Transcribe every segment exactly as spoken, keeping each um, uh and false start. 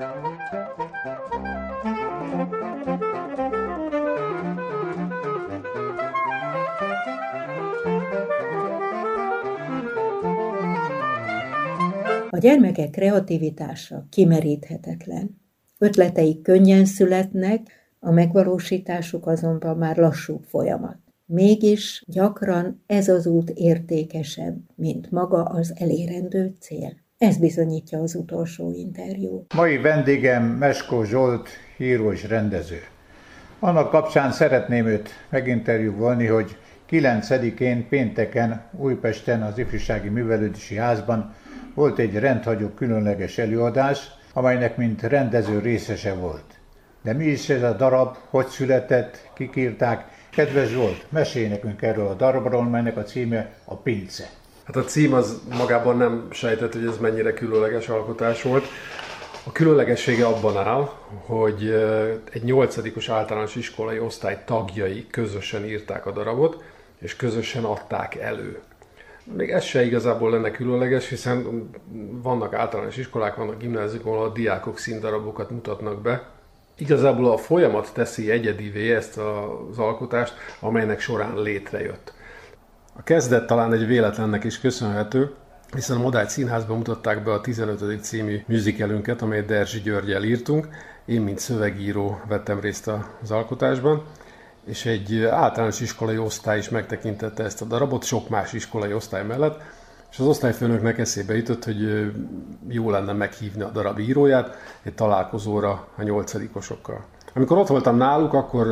A gyermekek kreativitása kimeríthetetlen. Ötleteik könnyen születnek, a megvalósításuk azonban már lassú folyamat. Mégis gyakran ez az út értékesebb, mint maga az elérendő cél. Ez bizonyítja az utolsó interjú. Mai vendégem Meskó Zsolt, író és rendező. Annak kapcsán szeretném őt meginterjúvolni, hogy kilencedikén pénteken Újpesten az Ifjúsági Művelődési Házban volt egy rendhagyó különleges előadás, amelynek mint rendező részese volt. De mi is ez a darab, hogy született, kik írták? Kedves Zsolt, mesélj nekünk erről a darabról, melynek a címe a Pince. Hát a cím az magában nem sejtett, hogy ez mennyire különleges alkotás volt. A különlegessége abban áll, hogy egy nyolcadikos általános iskolai osztály tagjai közösen írták a darabot, és közösen adták elő. Még ez se igazából lenne különleges, hiszen vannak általános iskolák, vannak gimnáziumok, ahol a diákok színdarabokat mutatnak be. Igazából a folyamat teszi egyedivé ezt az alkotást, amelynek során létrejött. A kezdet talán egy véletlennek is köszönhető, hiszen a Modács Színházban mutatták be a tizenötödik című musicalünket, amelyet Derzsi Györggyel írtunk. Én, mint szövegíró vettem részt az alkotásban, és egy általános iskolai osztály is megtekintette ezt a darabot, sok más iskolai osztály mellett, és az osztályfőnöknek eszébe jutott, hogy jó lenne meghívni a darab íróját egy találkozóra a nyolcadikosokkal. Amikor ott voltam náluk, akkor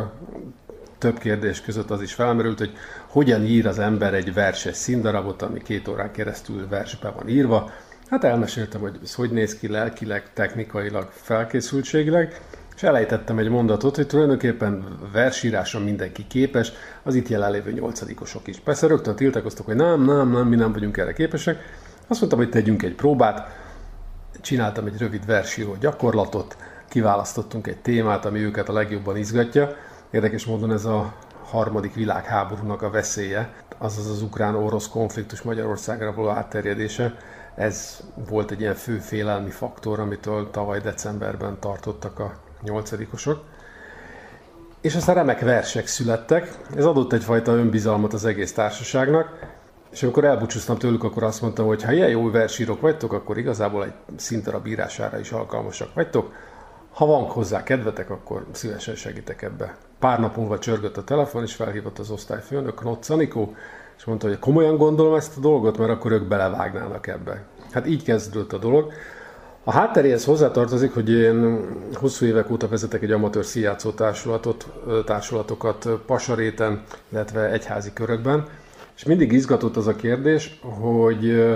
több kérdés között az is felmerült, hogy hogyan ír az ember egy verses színdarabot, ami két órán keresztül versbe van írva. Hát elmeséltem, hogy ez hogy néz ki lelkileg, technikailag, felkészültségileg, és elejtettem egy mondatot, hogy tulajdonképpen versírásra mindenki képes, az itt jelenlévő nyolcadikosok is. Persze rögtön tiltakoztak, hogy nem, nem, nem, mi nem vagyunk erre képesek. Azt mondtam, hogy tegyünk egy próbát, csináltam egy rövid versíró gyakorlatot, kiválasztottunk egy témát, ami őket a legjobban izgatja. Érdekes módon ez a harmadik világháborúnak a veszélye, azaz az ukrán-orosz konfliktus Magyarországra való átterjedése. Ez volt egy ilyen fő félelmi faktor, amitől tavaly decemberben tartottak a nyolcadikosok. És aztán remek versek születtek, ez adott egyfajta önbizalmat az egész társaságnak, és amikor elbúcsúztam tőlük, akkor azt mondtam, hogy ha ilyen jó versírók vagytok, akkor igazából egy színdarab írására is alkalmasak vagytok. Ha van hozzá kedvetek, akkor szívesen segítek ebbe. Pár nap múlva csörgött a telefon, és felhívott az osztályfőnök, Knotz Anikó, és mondta, hogy komolyan gondolom ezt a dolgot, mert akkor ők belevágnának ebbe. Hát így kezdődött a dolog. A hátteréhez hozzátartozik, hogy én hosszú évek óta vezetek egy amatőr színjátszó társulatot, társulatokat Pasaréten, illetve egyházi körökben, és mindig izgatott az a kérdés, hogy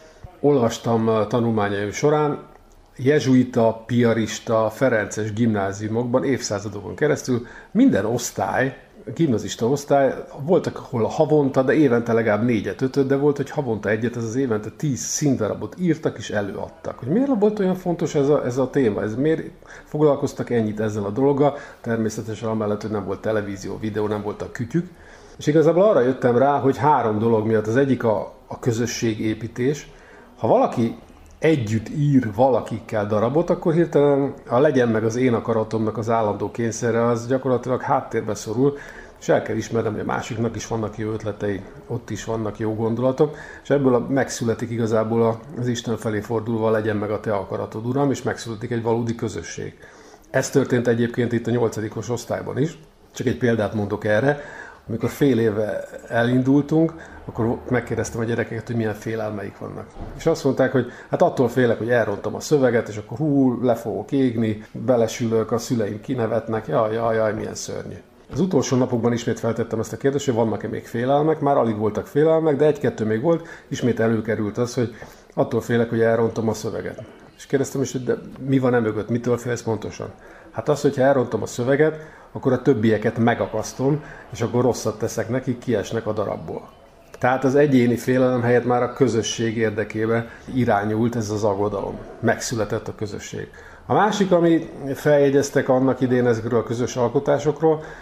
olvastam tanulmányaim során jezsuita, piarista, ferences gimnáziumokban évszázadokon keresztül minden osztály, gimnazista osztály, voltak ahol havonta, de évente legalább négyet, ötöt, de volt, hogy havonta egyet, ez az évente tíz színdarabot írtak és előadtak. Hogy miért volt olyan fontos ez a, ez a téma? Ez miért foglalkoztak ennyit ezzel a dologgal? Természetesen amellett, hogy nem volt televízió, videó, nem volt a kütyük. És igazából arra jöttem rá, hogy három dolog miatt. Az egyik a, a közösségépítés. Ha valaki együtt ír valakikkel darabot, akkor hirtelen a legyen meg az én akaratomnak az állandó kényszerre, az gyakorlatilag háttérbe szorul, és el kell ismernem, hogy a másiknak is vannak jó ötletei, ott is vannak jó gondolatok, és ebből megszületik igazából az Isten felé fordulva, legyen meg a te akaratod, Uram, és megszületik egy valódi közösség. Ez történt egyébként itt a nyolcadikos osztályban is, csak egy példát mondok erre. Amikor fél éve elindultunk, akkor megkérdeztem a gyerekeket, hogy milyen félelmeik vannak. És azt mondták, hogy hát attól félek, hogy elrontom a szöveget, és akkor hú, le fogok égni, belesülök, a szüleim kinevetnek, jaj, jaj, jaj, milyen szörnyű. Az utolsó napokban ismét feltettem ezt a kérdést, hogy vannak-e még félelmek, már alig voltak félelmek, de egy-kettő még volt, ismét előkerült az, hogy attól félek, hogy elrontom a szöveget. És kérdeztem is, hogy de mi van emögött, mitől félsz pontosan? Hát az, hogyha elrontom a szöveget, akkor a többieket megakasztom, és akkor rosszat teszek nekik, kiesnek a darabból. Tehát az egyéni félelem helyett már a közösség érdekében irányult ez az aggodalom. Megszületett a közösség. A másik, ami feljegyeztek annak idén ezekről a közös alkotásokról,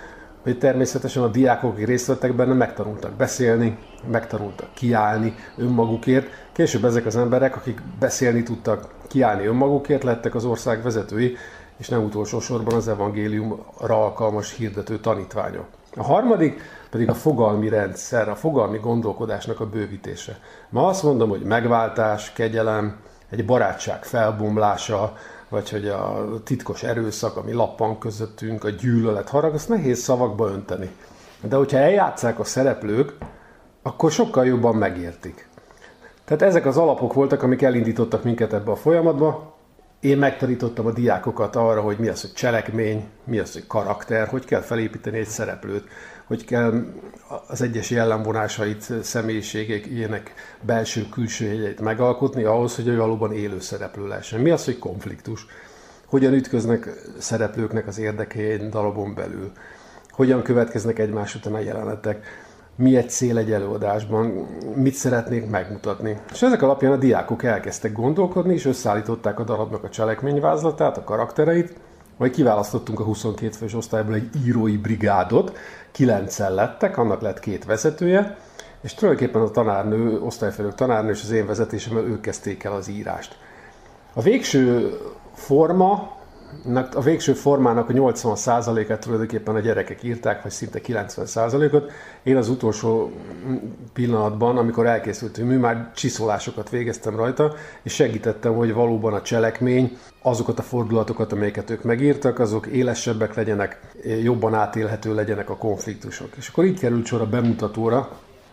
hogy természetesen a diákok, akik részt vettek benne, megtanultak beszélni, megtanultak kiállni önmagukért. Később ezek az emberek, akik beszélni tudtak, kiállni önmagukért, lettek az ország vezetői, és nem utolsó sorban az evangéliumra alkalmas hirdető tanítványok. A harmadik pedig a fogalmi rendszer, a fogalmi gondolkodásnak a bővítése. Ma azt mondom, hogy megváltás, kegyelem, egy barátság felbomlása, vagy hogy a titkos erőszak, ami lappan közöttünk, a gyűlölet, harag, azt nehéz szavakba önteni. De hogyha eljátsszák a szereplők, akkor sokkal jobban megértik. Tehát ezek az alapok voltak, amik elindítottak minket ebbe a folyamatba. Én megtanítottam a diákokat arra, hogy mi az, hogy cselekmény, mi az, hogy karakter, hogy kell felépíteni egy szereplőt, hogy kell az egyes jellemvonásait, személyiségének belső-külső jegyeit megalkotni ahhoz, hogy ő valóban élő szereplő lehessen. Mi az, hogy konfliktus? Hogyan ütköznek szereplőknek az érdekei egy darabon belül? Hogyan következnek egymás után a jelenetek? Mi egy cél egy előadásban? Mit szeretnék megmutatni? És ezek alapján a diákok elkezdtek gondolkodni, és összeállították a darabnak a cselekményvázlatát, a karaktereit, majd kiválasztottunk a huszonkét fős osztályból egy írói brigádot, kilencen lettek, annak lett két vezetője, és tulajdonképpen a tanárnő, osztályfőnök tanárnő és az én vezetésemmel ők kezdték el az írást. A végső forma, a végső formának a nyolcvan százalékát tulajdonképpen a gyerekek írták, vagy szinte kilencven százalékot. Én az utolsó pillanatban, amikor elkészültünk mű, már csiszolásokat végeztem rajta, és segítettem, hogy valóban a cselekmény, azokat a fordulatokat, amelyeket ők megírtak, azok élesebbek legyenek, jobban átélhető legyenek a konfliktusok. És akkor így került sor a bemutatóra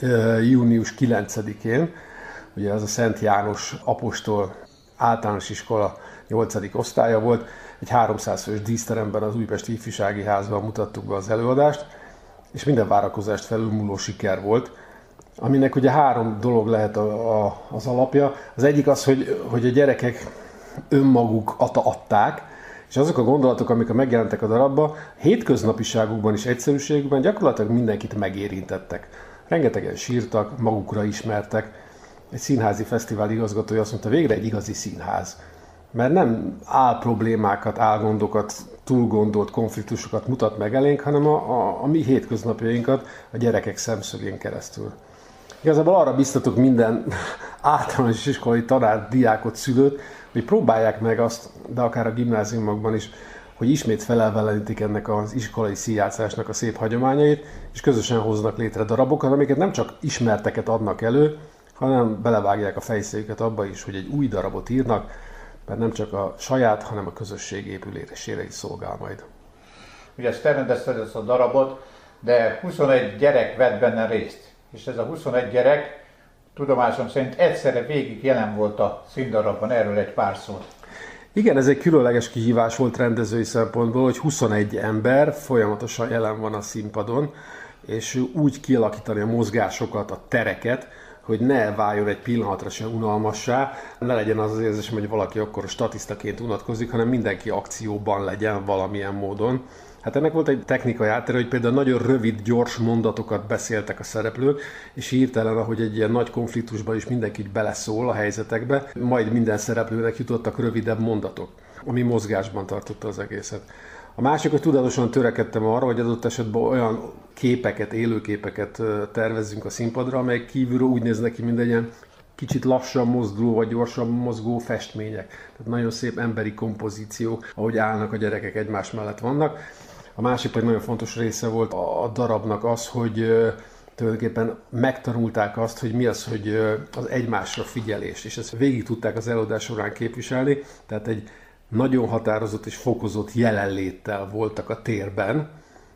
június kilencedikén, ugye ez a Szent János apostol általános iskola nyolcadik osztálya volt, egy háromszáz fős díszteremben az Újpesti Ifjúsági Házban mutattuk be az előadást, és minden várakozást felülmúló siker volt, aminek ugye három dolog lehet a, a, az alapja. Az egyik az, hogy, hogy a gyerekek önmaguk adták, és azok a gondolatok, amik megjelentek a darabban, hétköznapiságukban és egyszerűségükben gyakorlatilag mindenkit megérintettek. Rengetegen sírtak, magukra ismertek. Egy színházi fesztivál igazgatója azt mondta, végre egy igazi színház. Mert nem álproblémákat, álgondokat, túlgondolt konfliktusokat mutat meg elénk, hanem a, a, a mi hétköznapjainkat a gyerekek szemszögén keresztül. Igazából arra biztatok minden általános iskolai tanár, diákot, szülőt, hogy próbálják meg azt, de akár a gimnáziumokban is, hogy ismét felelvelenítik ennek az iskolai színjátszásnak a szép hagyományait, és közösen hoznak létre darabokat, amiket nem csak ismerteket adnak elő, hanem belevágják a fejszéjüket abba is, hogy egy új darabot írnak, mert nem csak a saját, hanem a közösség épülésére is szolgál majd. Ugye ezt te rendezted ezt a darabot, de huszonegy gyerek vett benne részt. És ez a huszonegy gyerek tudomásom szerint egyszerre végig jelen volt a színdarabban, erről egy pár szót. Igen, ez egy különleges kihívás volt rendezői szempontból, hogy huszonegy ember folyamatosan jelen van a színpadon, és úgy kialakítani a mozgásokat, a tereket, hogy ne váljon egy pillanatra se unalmassá, ne legyen az az érzésem, hogy valaki akkor statisztaként unatkozik, hanem mindenki akcióban legyen valamilyen módon. Hát ennek volt egy technikai háttere, hogy például nagyon rövid, gyors mondatokat beszéltek a szereplők, és hirtelen, ahogy egy ilyen nagy konfliktusban is mindenki beleszól a helyzetekbe, majd minden szereplőnek jutottak rövidebb mondatok, ami mozgásban tartotta az egészet. A másik, hogy tudatosan törekedtem arra, hogy adott esetben olyan képeket, élőképeket tervezzünk a színpadra, amelyek kívülről úgy néznek ki, mint egy ilyen kicsit lassan mozduló vagy gyorsan mozgó festmények. Tehát nagyon szép emberi kompozíció, ahogy állnak a gyerekek egymás mellett vannak. A másik pedig nagyon fontos része volt a darabnak az, hogy tulajdonképpen megtanulták azt, hogy mi az, hogy az egymásra figyelés, és ezt végig tudták az előadás során képviselni, tehát egy nagyon határozott és fokozott jelenléttel voltak a térben,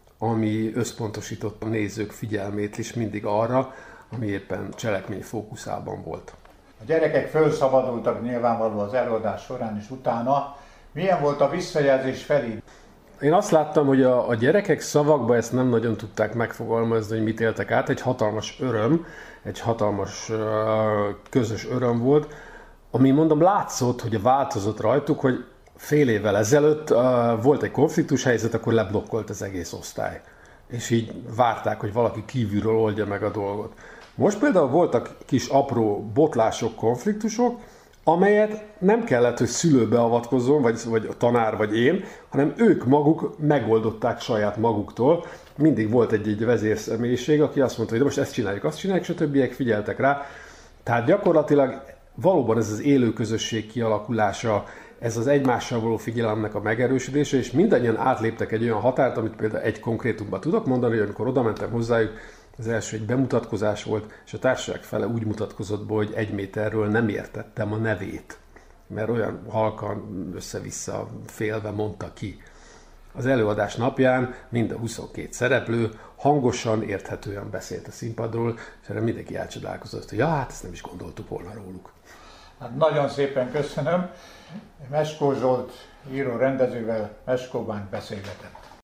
ami összpontosított a nézők figyelmét is mindig arra, ami éppen cselekmény fókuszában volt. A gyerekek felszabadultak nyilvánvalóan az előadás során és utána. Milyen volt a visszajelzés felé? Én azt láttam, hogy a, a gyerekek szavakba ezt nem nagyon tudták megfogalmazni, hogy mit éltek át. Egy hatalmas öröm, egy hatalmas uh, közös öröm volt, ami mondom látszott, hogy változott rajtuk, hogy fél évvel ezelőtt uh, volt egy konfliktus helyzet, akkor leblokkolt az egész osztály. És így várták, hogy valaki kívülről oldja meg a dolgot. Most például voltak kis apró botlások, konfliktusok, amelyet nem kellett, hogy szülő beavatkozzon, vagy, vagy a tanár, vagy én, hanem ők maguk megoldották saját maguktól. Mindig volt egy-egy vezérszemélyiség, aki azt mondta, hogy de most ezt csináljuk, azt csináljuk, és a többiek figyeltek rá. Tehát gyakorlatilag valóban ez az élő közösség kialakulása, ez az egymással való figyelemnek a megerősítése, és mindannyian átléptek egy olyan határt, amit például egy konkrétumban tudok mondani, hogy amikor oda mentem hozzájuk, az első egy bemutatkozás volt, és a társaság fele úgy mutatkozott be, hogy egy méterről nem értettem a nevét, mert olyan halkan össze-vissza félve mondta ki. Az előadás napján mind a huszonkét szereplő hangosan, érthetően beszélt a színpadról, és erre mindenki elcsodálkozott, hogy ja, hát ezt nem is gondoltuk volna róluk. Hát nagyon szépen köszönöm. Meskó Zsolt író rendezővel Meskóban beszélgetett.